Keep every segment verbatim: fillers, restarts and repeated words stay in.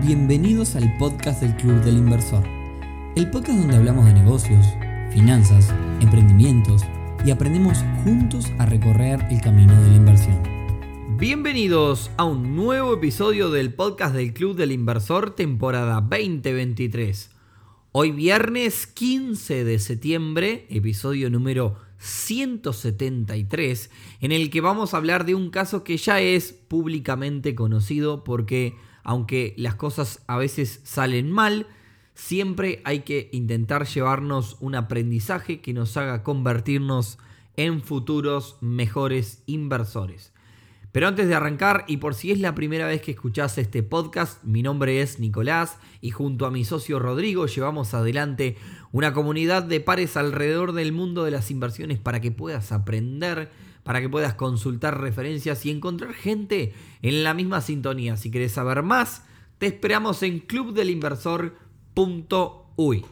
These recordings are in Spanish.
Bienvenidos al podcast del Club del Inversor, el podcast donde hablamos de negocios, finanzas, emprendimientos y aprendemos juntos a recorrer el camino de la inversión. Bienvenidos a un nuevo episodio del podcast del Club del Inversor, temporada veinte veintitrés. Hoy viernes quince de septiembre, episodio número ciento setenta y tres, en el que vamos a hablar de un caso que ya es públicamente conocido porque, aunque las cosas a veces salen mal, siempre hay que intentar llevarnos un aprendizaje que nos haga convertirnos en futuros mejores inversores. Pero antes de arrancar, y por si es la primera vez que escuchás este podcast, mi nombre es Nicolás y junto a mi socio Rodrigo llevamos adelante una comunidad de pares alrededor del mundo de las inversiones para que puedas aprender, para que puedas consultar referencias y encontrar gente en la misma sintonía. Si querés saber más, te esperamos en club del inversor punto u y.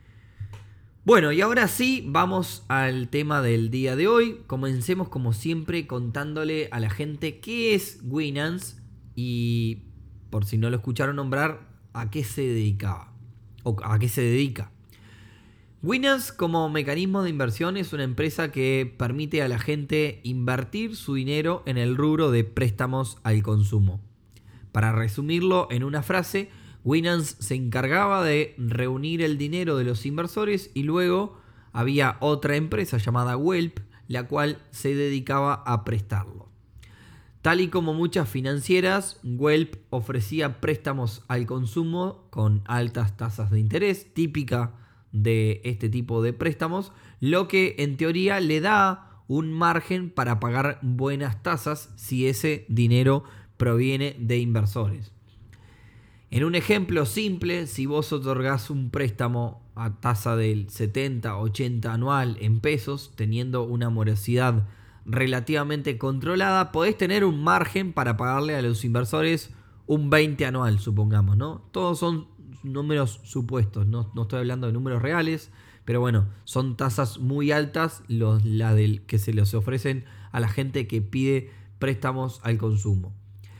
Bueno, y ahora sí, vamos al tema del día de hoy. Comencemos como siempre contándole a la gente qué es Winance y, por si no lo escucharon nombrar, a qué se dedicaba o a qué se dedica. Winance, como mecanismo de inversión, es una empresa que permite a la gente invertir su dinero en el rubro de préstamos al consumo. Para resumirlo en una frase, Winance se encargaba de reunir el dinero de los inversores y luego había otra empresa llamada Whelp, la cual se dedicaba a prestarlo. Tal y como muchas financieras, Whelp ofrecía préstamos al consumo con altas tasas de interés, típica de este tipo de préstamos, lo que en teoría le da un margen para pagar buenas tasas si ese dinero proviene de inversores. En un ejemplo simple, si vos otorgás un préstamo a tasa del setenta ochenta anual en pesos, teniendo una morosidad relativamente controlada, podés tener un margen para pagarle a los inversores un veinte anual, supongamos, ¿no? Todos son números supuestos, no, no estoy hablando de números reales, pero bueno, son tasas muy altas los, la del, que se les ofrecen a la gente que pide préstamos al consumo.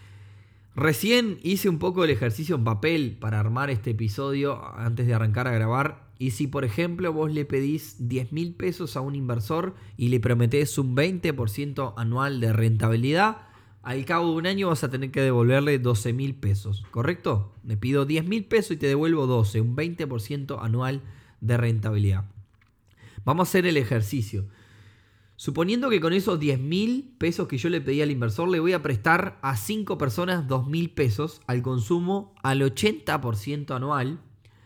Recién hice un poco el ejercicio en papel para armar este episodio antes de arrancar a grabar. Y si por ejemplo vos le pedís diez mil pesos a un inversor y le prometés un veinte por ciento anual de rentabilidad, al cabo de un año vas a tener que devolverle doce mil pesos, ¿correcto? Le pido diez mil pesos y te devuelvo doce, un veinte por ciento anual de rentabilidad. Vamos a hacer el ejercicio. Suponiendo que con esos diez mil pesos que yo le pedí al inversor, le voy a prestar a cinco personas dos mil pesos al consumo al ochenta por ciento anual,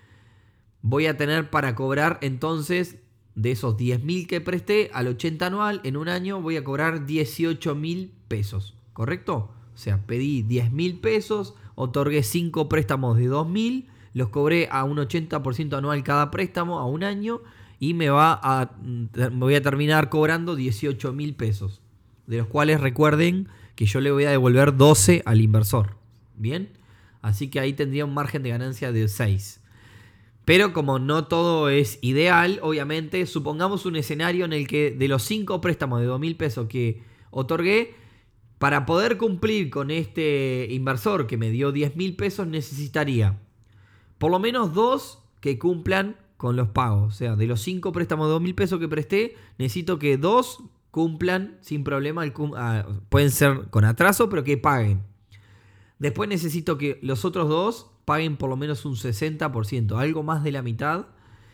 voy a tener para cobrar entonces de esos diez mil que presté al ochenta anual, en un año voy a cobrar dieciocho mil pesos, ¿correcto? O sea, pedí diez mil pesos, otorgué cinco préstamos de dos mil, los cobré a un ochenta por ciento anual cada préstamo a un año, y me, va a, me voy a terminar cobrando dieciocho mil pesos, de los cuales recuerden que yo le voy a devolver doce al inversor. ¿Bien? Así que ahí tendría un margen de ganancia de seis. Pero como no todo es ideal, obviamente, supongamos un escenario en el que de los cinco préstamos de dos mil pesos que otorgué, para poder cumplir con este inversor que me dio diez mil pesos, necesitaría por lo menos dos que cumplan con los pagos. O sea, de los cinco préstamos de dos mil pesos que presté, necesito que dos cumplan sin problema. El, uh, pueden ser con atraso, pero que paguen. Después necesito que los otros dos paguen por lo menos un sesenta por ciento, algo más de la mitad.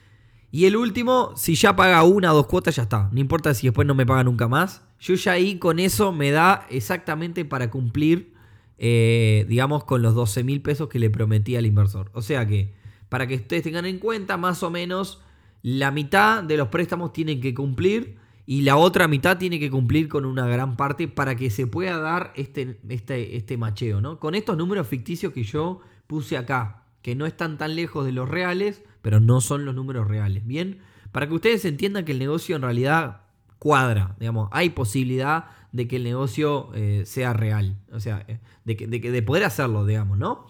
Y el último, si ya paga una o dos cuotas, ya está. No importa si después no me paga nunca más. Yo ya ahí con eso me da exactamente para cumplir, eh, digamos, con los doce mil pesos que le prometí al inversor. O sea que, para que ustedes tengan en cuenta, más o menos la mitad de los préstamos tienen que cumplir y la otra mitad tiene que cumplir con una gran parte para que se pueda dar este, este, este macheo, ¿no? Con estos números ficticios que yo puse acá, que no están tan lejos de los reales, pero no son los números reales, ¿bien? Para que ustedes entiendan que el negocio en realidad cuadra, digamos, hay posibilidad de que el negocio eh, sea real, o sea, de, que, de, que, de poder hacerlo, digamos, ¿no?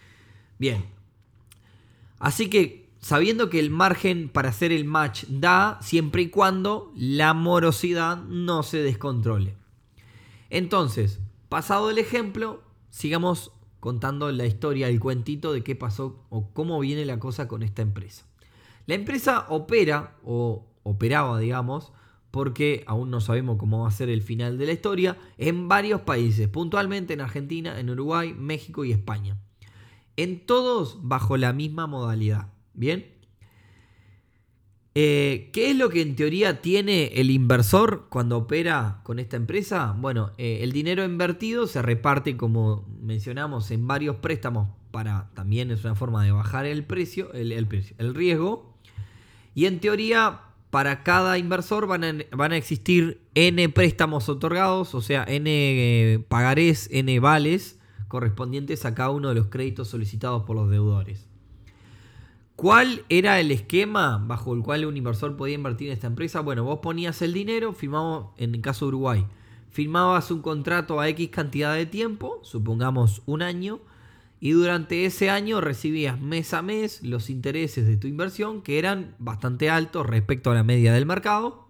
Bien. Así que, sabiendo que el margen para hacer el match da siempre y cuando la morosidad no se descontrole. Entonces, pasado el ejemplo, sigamos contando la historia, el cuentito de qué pasó o cómo viene la cosa con esta empresa. La empresa opera o operaba, digamos, porque aún no sabemos cómo va a ser el final de la historia, en varios países, puntualmente en Argentina, en Uruguay, México y España. En todos bajo la misma modalidad. ¿Bien? Eh, ¿Qué es lo que en teoría tiene el inversor cuando opera con esta empresa? Bueno, eh, el dinero invertido se reparte, como mencionamos, en varios préstamos para, también es una forma de bajar el precio, el, el, precio, el riesgo. Y en teoría, para cada inversor van a, van a existir N préstamos otorgados, o sea, N eh, pagarés, N vales correspondientes a cada uno de los créditos solicitados por los deudores. ¿Cuál era el esquema bajo el cual un inversor podía invertir en esta empresa? Bueno, vos ponías el dinero, firmamos, en el caso de Uruguay, firmabas un contrato a X cantidad de tiempo, supongamos un año, y durante ese año recibías mes a mes los intereses de tu inversión, que eran bastante altos respecto a la media del mercado.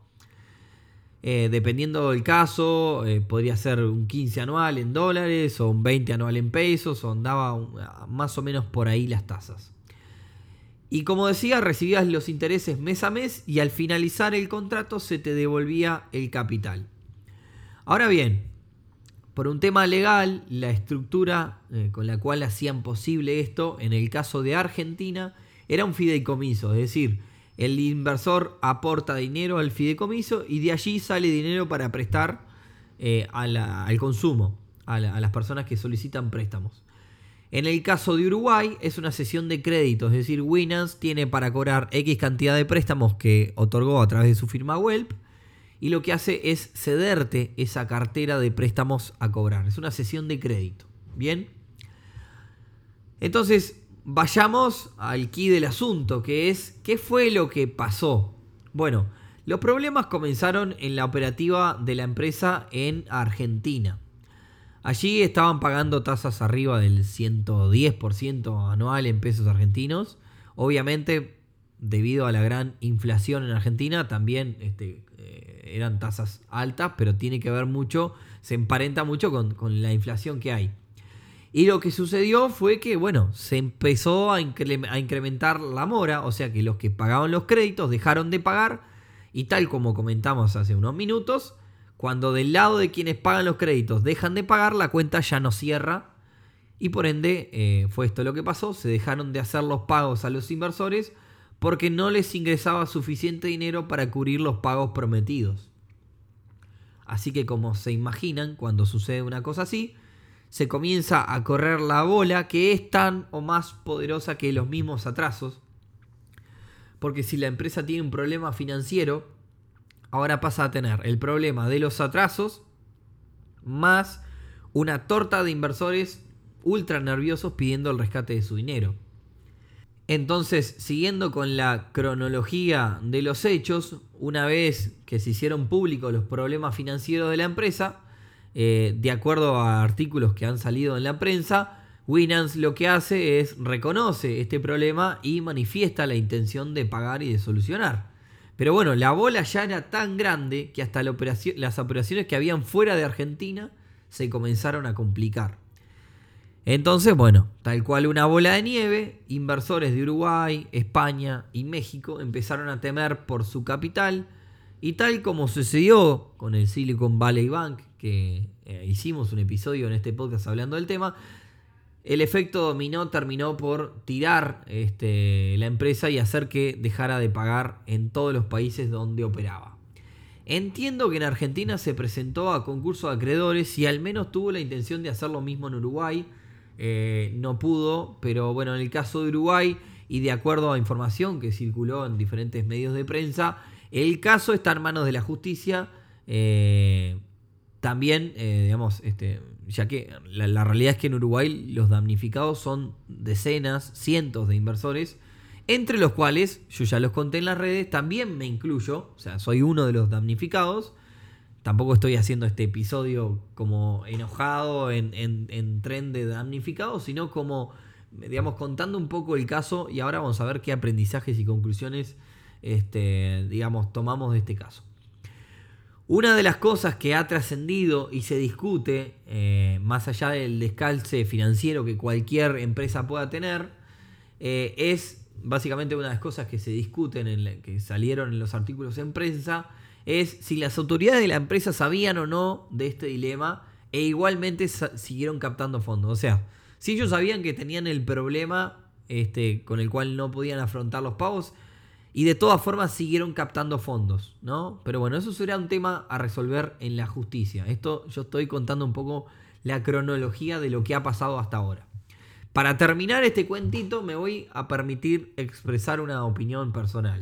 Eh, dependiendo del caso, eh, podría ser un quince anual en dólares o un veinte anual en pesos, o andaba un, más o menos por ahí las tasas. Y como decía, recibías los intereses mes a mes y al finalizar el contrato se te devolvía el capital. Ahora bien, por un tema legal, la estructura eh, con la cual hacían posible esto, en el caso de Argentina, era un fideicomiso. Es decir, el inversor aporta dinero al fideicomiso y de allí sale dinero para prestar eh, a la, al consumo, a, la, a las personas que solicitan préstamos. En el caso de Uruguay es una cesión de crédito, es decir, Winans tiene para cobrar X cantidad de préstamos que otorgó a través de su firma Welp y lo que hace es cederte esa cartera de préstamos a cobrar. Es una cesión de crédito. ¿Bien? Entonces, vayamos al quid del asunto, que es ¿qué fue lo que pasó? Bueno, los problemas comenzaron en la operativa de la empresa en Argentina. Allí estaban pagando tasas arriba del ciento diez por ciento anual en pesos argentinos. Obviamente, debido a la gran inflación en Argentina, también este, eh, eran tasas altas, pero tiene que ver mucho, se emparenta mucho con, con la inflación que hay. Y lo que sucedió fue que, bueno, se empezó a, incre- a incrementar la mora, o sea que los que pagaban los créditos dejaron de pagar, y tal como comentamos hace unos minutos, cuando del lado de quienes pagan los créditos dejan de pagar, la cuenta ya no cierra. Y por ende, eh, fue esto lo que pasó. Se dejaron de hacer los pagos a los inversores porque no les ingresaba suficiente dinero para cubrir los pagos prometidos. Así que, como se imaginan, cuando sucede una cosa así, se comienza a correr la bola que es tan o más poderosa que los mismos atrasos. Porque si la empresa tiene un problema financiero, ahora pasa a tener el problema de los atrasos más una torta de inversores ultra nerviosos pidiendo el rescate de su dinero. Entonces, siguiendo con la cronología de los hechos, una vez que se hicieron públicos los problemas financieros de la empresa, eh, de acuerdo a artículos que han salido en la prensa, Winans lo que hace es reconoce este problema y manifiesta la intención de pagar y de solucionar. Pero bueno, la bola ya era tan grande que hasta la operación, las operaciones que habían fuera de Argentina se comenzaron a complicar. Entonces, bueno, tal cual una bola de nieve, inversores de Uruguay, España y México empezaron a temer por su capital. Y tal como sucedió con el Silicon Valley Bank, que eh, hicimos un episodio en este podcast hablando del tema, el efecto dominó terminó por tirar este, la empresa y hacer que dejara de pagar en todos los países donde operaba. Entiendo que en Argentina se presentó a concurso de acreedores y al menos tuvo la intención de hacer lo mismo en Uruguay. Eh, no pudo, pero bueno, en el caso de Uruguay y de acuerdo a información que circuló en diferentes medios de prensa, el caso está en manos de la justicia. Eh, también, eh, digamos, este, ya que la, la realidad es que en Uruguay los damnificados son decenas, cientos de inversores, entre los cuales, yo ya los conté en las redes, también me incluyo, o sea, soy uno de los damnificados. Tampoco estoy haciendo este episodio como enojado en, en, en tren de damnificados, sino como, digamos, contando un poco el caso y ahora vamos a ver qué aprendizajes y conclusiones, este, digamos, tomamos de este caso. Una de las cosas que ha trascendido y se discute, eh, más allá del descalce financiero que cualquier empresa pueda tener, eh, es básicamente una de las cosas que se discuten, en la, que salieron en los artículos en prensa, es si las autoridades de la empresa sabían o no de este dilema e igualmente sa- siguieron captando fondos. O sea, si ellos sabían que tenían el problema este, con el cual no podían afrontar los pagos, y de todas formas siguieron captando fondos, ¿no? Pero bueno, eso será un tema a resolver en la justicia. Esto yo estoy contando un poco la cronología de lo que ha pasado hasta ahora. Para terminar este cuentito me voy a permitir expresar una opinión personal.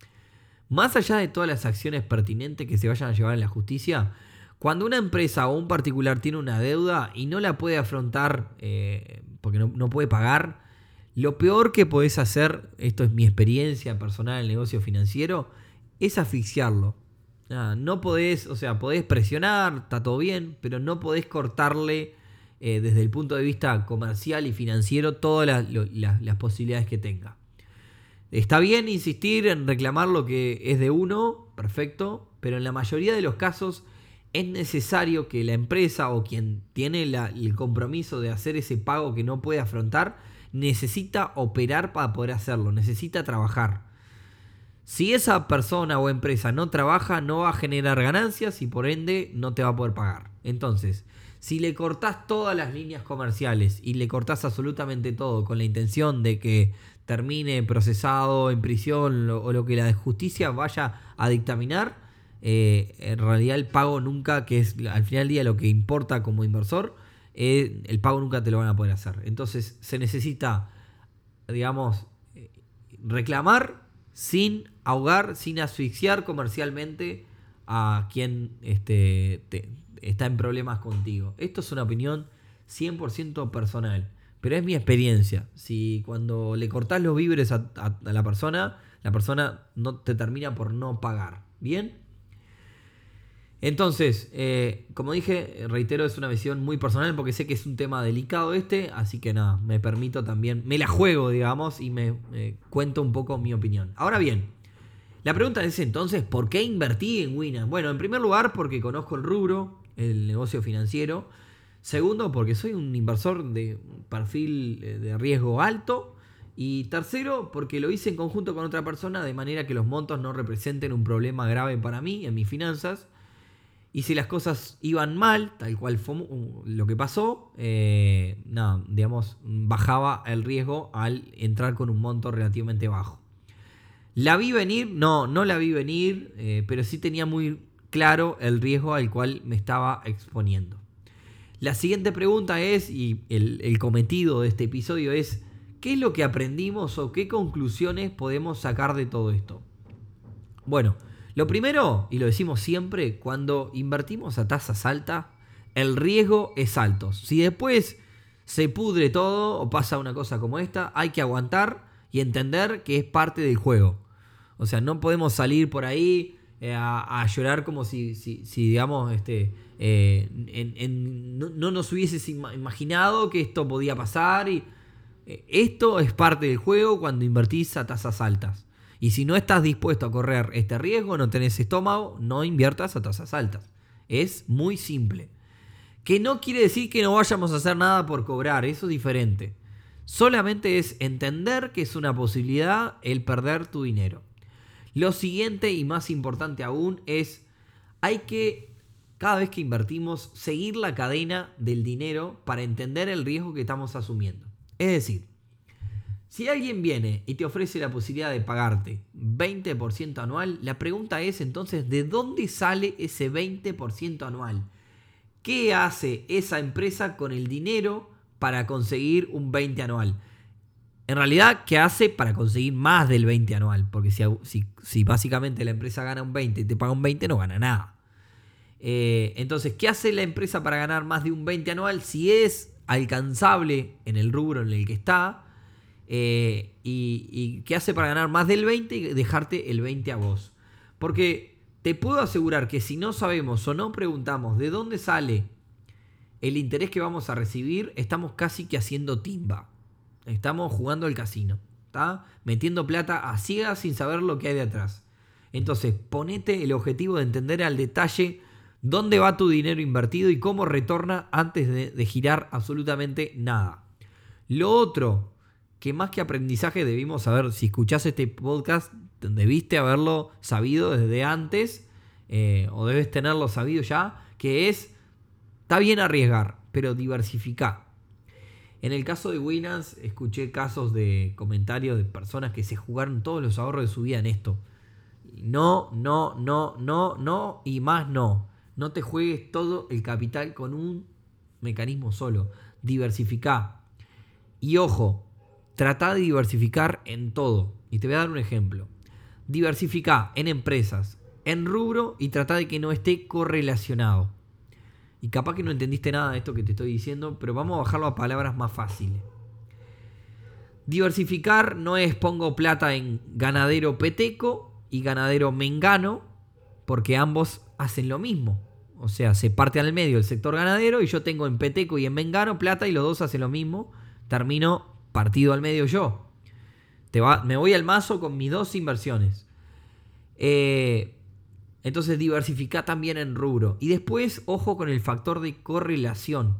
Más allá de todas las acciones pertinentes que se vayan a llevar en la justicia, cuando una empresa o un particular tiene una deuda y no la puede afrontar eh, porque no, no puede pagar, lo peor que podés hacer, esto es mi experiencia personal en el negocio financiero, es asfixiarlo. No podés, o sea, podés presionar, está todo bien, pero no podés cortarle eh, desde el punto de vista comercial y financiero todas las, las, las posibilidades que tenga. Está bien insistir en reclamar lo que es de uno, perfecto, pero en la mayoría de los casos es necesario que la empresa o quien tiene la, el compromiso de hacer ese pago que no puede afrontar, necesita operar para poder hacerlo, necesita trabajar. Si esa persona o empresa no trabaja, no va a generar ganancias y por ende no te va a poder pagar. Entonces, si le cortás todas las líneas comerciales y le cortás absolutamente todo con la intención de que termine procesado en prisión o lo que la justicia vaya a dictaminar, eh, en realidad el pago nunca, que es al final del día lo que importa como inversor, Eh, el pago nunca te lo van a poder hacer. Entonces se necesita, digamos, reclamar sin ahogar, sin asfixiar comercialmente a quien este, te, está en problemas contigo. Esto es una opinión cien por ciento personal, pero es mi experiencia. Si cuando le cortás los víveres a, a, a la persona, la persona no te termina por no pagar. ¿Bien? Entonces, eh, como dije, reitero, es una visión muy personal porque sé que es un tema delicado este, así que nada, me permito también, me la juego, digamos, y me eh, cuento un poco mi opinión. Ahora bien, la pregunta es entonces, ¿por qué invertí en Winamp? Bueno, en primer lugar, porque conozco el rubro, el negocio financiero. Segundo, porque soy un inversor de perfil de riesgo alto. Y tercero, porque lo hice en conjunto con otra persona, de manera que los montos no representen un problema grave para mí en mis finanzas. Y si las cosas iban mal, tal cual fue lo que pasó, eh, nada, digamos, bajaba el riesgo al entrar con un monto relativamente bajo. ¿La vi venir? No, no la vi venir, eh, pero sí tenía muy claro el riesgo al cual me estaba exponiendo. La siguiente pregunta es, y el, el cometido de este episodio es, ¿qué es lo que aprendimos o qué conclusiones podemos sacar de todo esto? Bueno, lo primero, y lo decimos siempre, cuando invertimos a tasas altas, el riesgo es alto. Si después se pudre todo o pasa una cosa como esta, hay que aguantar y entender que es parte del juego. O sea, no podemos salir por ahí eh, a, a llorar como si, si, si digamos, este, eh, en, en, no, no nos hubieses imaginado que esto podía pasar. Y, eh, esto es parte del juego cuando invertís a tasas altas. Y si no estás dispuesto a correr este riesgo, no tenés estómago, no inviertas a tasas altas. Es muy simple. Que no quiere decir que no vayamos a hacer nada por cobrar, eso es diferente. Solamente es entender que es una posibilidad el perder tu dinero. Lo siguiente y más importante aún es, hay que, cada vez que invertimos, seguir la cadena del dinero para entender el riesgo que estamos asumiendo. Es decir, si alguien viene y te ofrece la posibilidad de pagarte veinte por ciento anual, la pregunta es entonces, ¿de dónde sale ese veinte por ciento anual? ¿Qué hace esa empresa con el dinero para conseguir un veinte anual? En realidad, ¿qué hace para conseguir más del veinte anual? Porque si, si, si básicamente la empresa gana un veinte y te paga un veinte, no gana nada. Eh, entonces, ¿qué hace la empresa para ganar más de un veinte anual si es alcanzable en el rubro en el que está? Eh, y, y qué hace para ganar más del veinte y dejarte el veinte a vos. Porque te puedo asegurar que si no sabemos o no preguntamos de dónde sale el interés que vamos a recibir, estamos casi que haciendo timba. Estamos jugando al casino, ¿tá? Metiendo plata a ciegas sin saber lo que hay de atrás. Entonces, ponete el objetivo de entender al detalle dónde va tu dinero invertido y cómo retorna antes de, de girar absolutamente nada. Lo otro, que más que aprendizaje debimos saber, si escuchás este podcast, debiste haberlo sabido desde antes, eh, o debes tenerlo sabido ya, que es, está bien arriesgar, pero diversificar. En el caso de Winans, escuché casos de comentarios de personas que se jugaron todos los ahorros de su vida en esto. No, no, no, no, no y más no. No te juegues todo el capital con un mecanismo solo. Diversifica. Y ojo, trata de diversificar en todo. Y te voy a dar un ejemplo. Diversifica en empresas, en rubro y trata de que no esté correlacionado. Y capaz que no entendiste nada de esto que te estoy diciendo, pero vamos a bajarlo a palabras más fáciles. Diversificar no es pongo plata en ganadero peteco y ganadero mengano, porque ambos hacen lo mismo. O sea, se parte al medio el sector ganadero y yo tengo en peteco y en mengano plata y los dos hacen lo mismo. Termino partido al medio yo. Te va, me voy al mazo con mis dos inversiones. Eh, entonces diversifica también en rubro. Y después, ojo con el factor de correlación.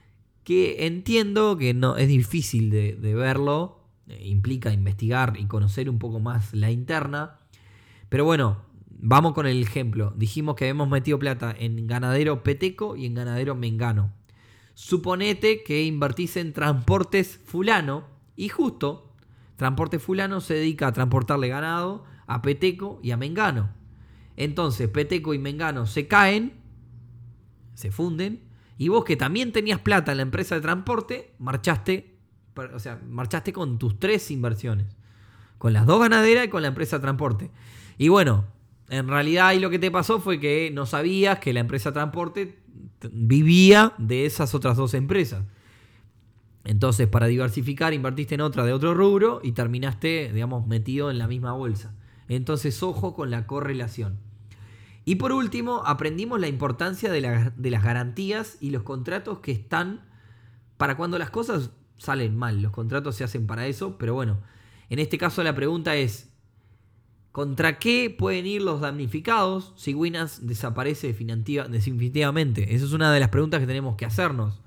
Que entiendo que no es difícil de, de verlo. Eh, implica investigar y conocer un poco más la interna. Pero bueno, vamos con el ejemplo. Dijimos que habíamos metido plata en ganadero peteco y en ganadero mengano. Suponete que invertís en transportes fulano y justo transporte fulano se dedica a transportarle ganado a peteco y a mengano. Entonces peteco y mengano se caen, se funden y vos que también tenías plata en la empresa de transporte, marchaste, o sea, marchaste con tus tres inversiones. Con las dos ganaderas y con la empresa de transporte. Y bueno, en realidad ahí lo que te pasó fue que no sabías que la empresa de transporte vivía de esas otras dos empresas. Entonces, para diversificar, invertiste en otra de otro rubro y terminaste, digamos, metido en la misma bolsa. Entonces, ojo con la correlación. Y por último, aprendimos la importancia de, la, de las garantías y los contratos que están para cuando las cosas salen mal. Los contratos se hacen para eso, pero bueno, en este caso la pregunta es, ¿contra qué pueden ir los damnificados si Winans desaparece definitivamente? Esa es una de las preguntas que tenemos que hacernos.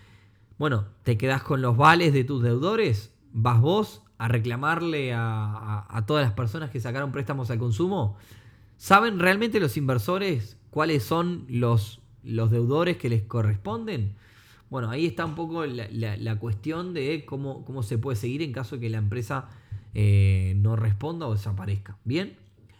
Bueno, ¿te quedás con los vales de tus deudores? ¿Vas vos a reclamarle a, a, a todas las personas que sacaron préstamos al consumo? ¿Saben realmente los inversores cuáles son los, los deudores que les corresponden? Bueno, ahí está un poco la, la, la cuestión de cómo, cómo se puede seguir en caso de que la empresa eh, no responda o desaparezca. Bien.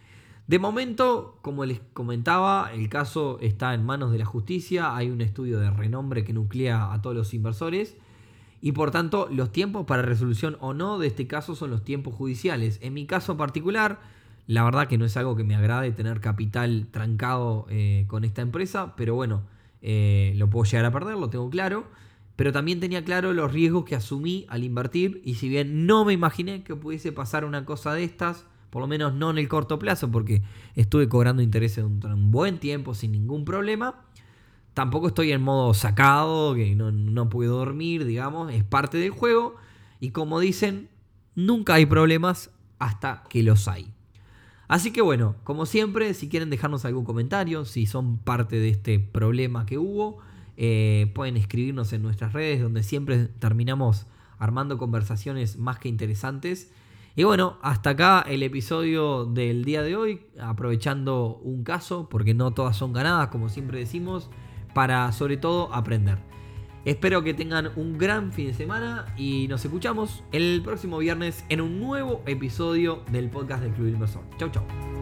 De momento, como les comentaba, el caso está en manos de la justicia. Hay un estudio de renombre que nuclea a todos los inversores. Y por tanto, los tiempos para resolución o no de este caso son los tiempos judiciales. En mi caso particular, la verdad que no es algo que me agrade tener capital trancado eh, con esta empresa. Pero bueno, eh, lo puedo llegar a perder, lo tengo claro. Pero también tenía claro los riesgos que asumí al invertir. Y si bien no me imaginé que pudiese pasar una cosa de estas, por lo menos no en el corto plazo, porque estuve cobrando intereses durante un buen tiempo sin ningún problema. Tampoco estoy en modo sacado, que no, no puedo dormir, digamos. Es parte del juego. Y como dicen, nunca hay problemas hasta que los hay. Así que bueno, como siempre, si quieren dejarnos algún comentario, si son parte de este problema que hubo, eh, pueden escribirnos en nuestras redes, donde siempre terminamos armando conversaciones más que interesantes. Y bueno, hasta acá el episodio del día de hoy, aprovechando un caso, porque no todas son ganadas, como siempre decimos, para sobre todo aprender. Espero que tengan un gran fin de semana y nos escuchamos el próximo viernes en un nuevo episodio del podcast del Club del Inversor. Chau, chau.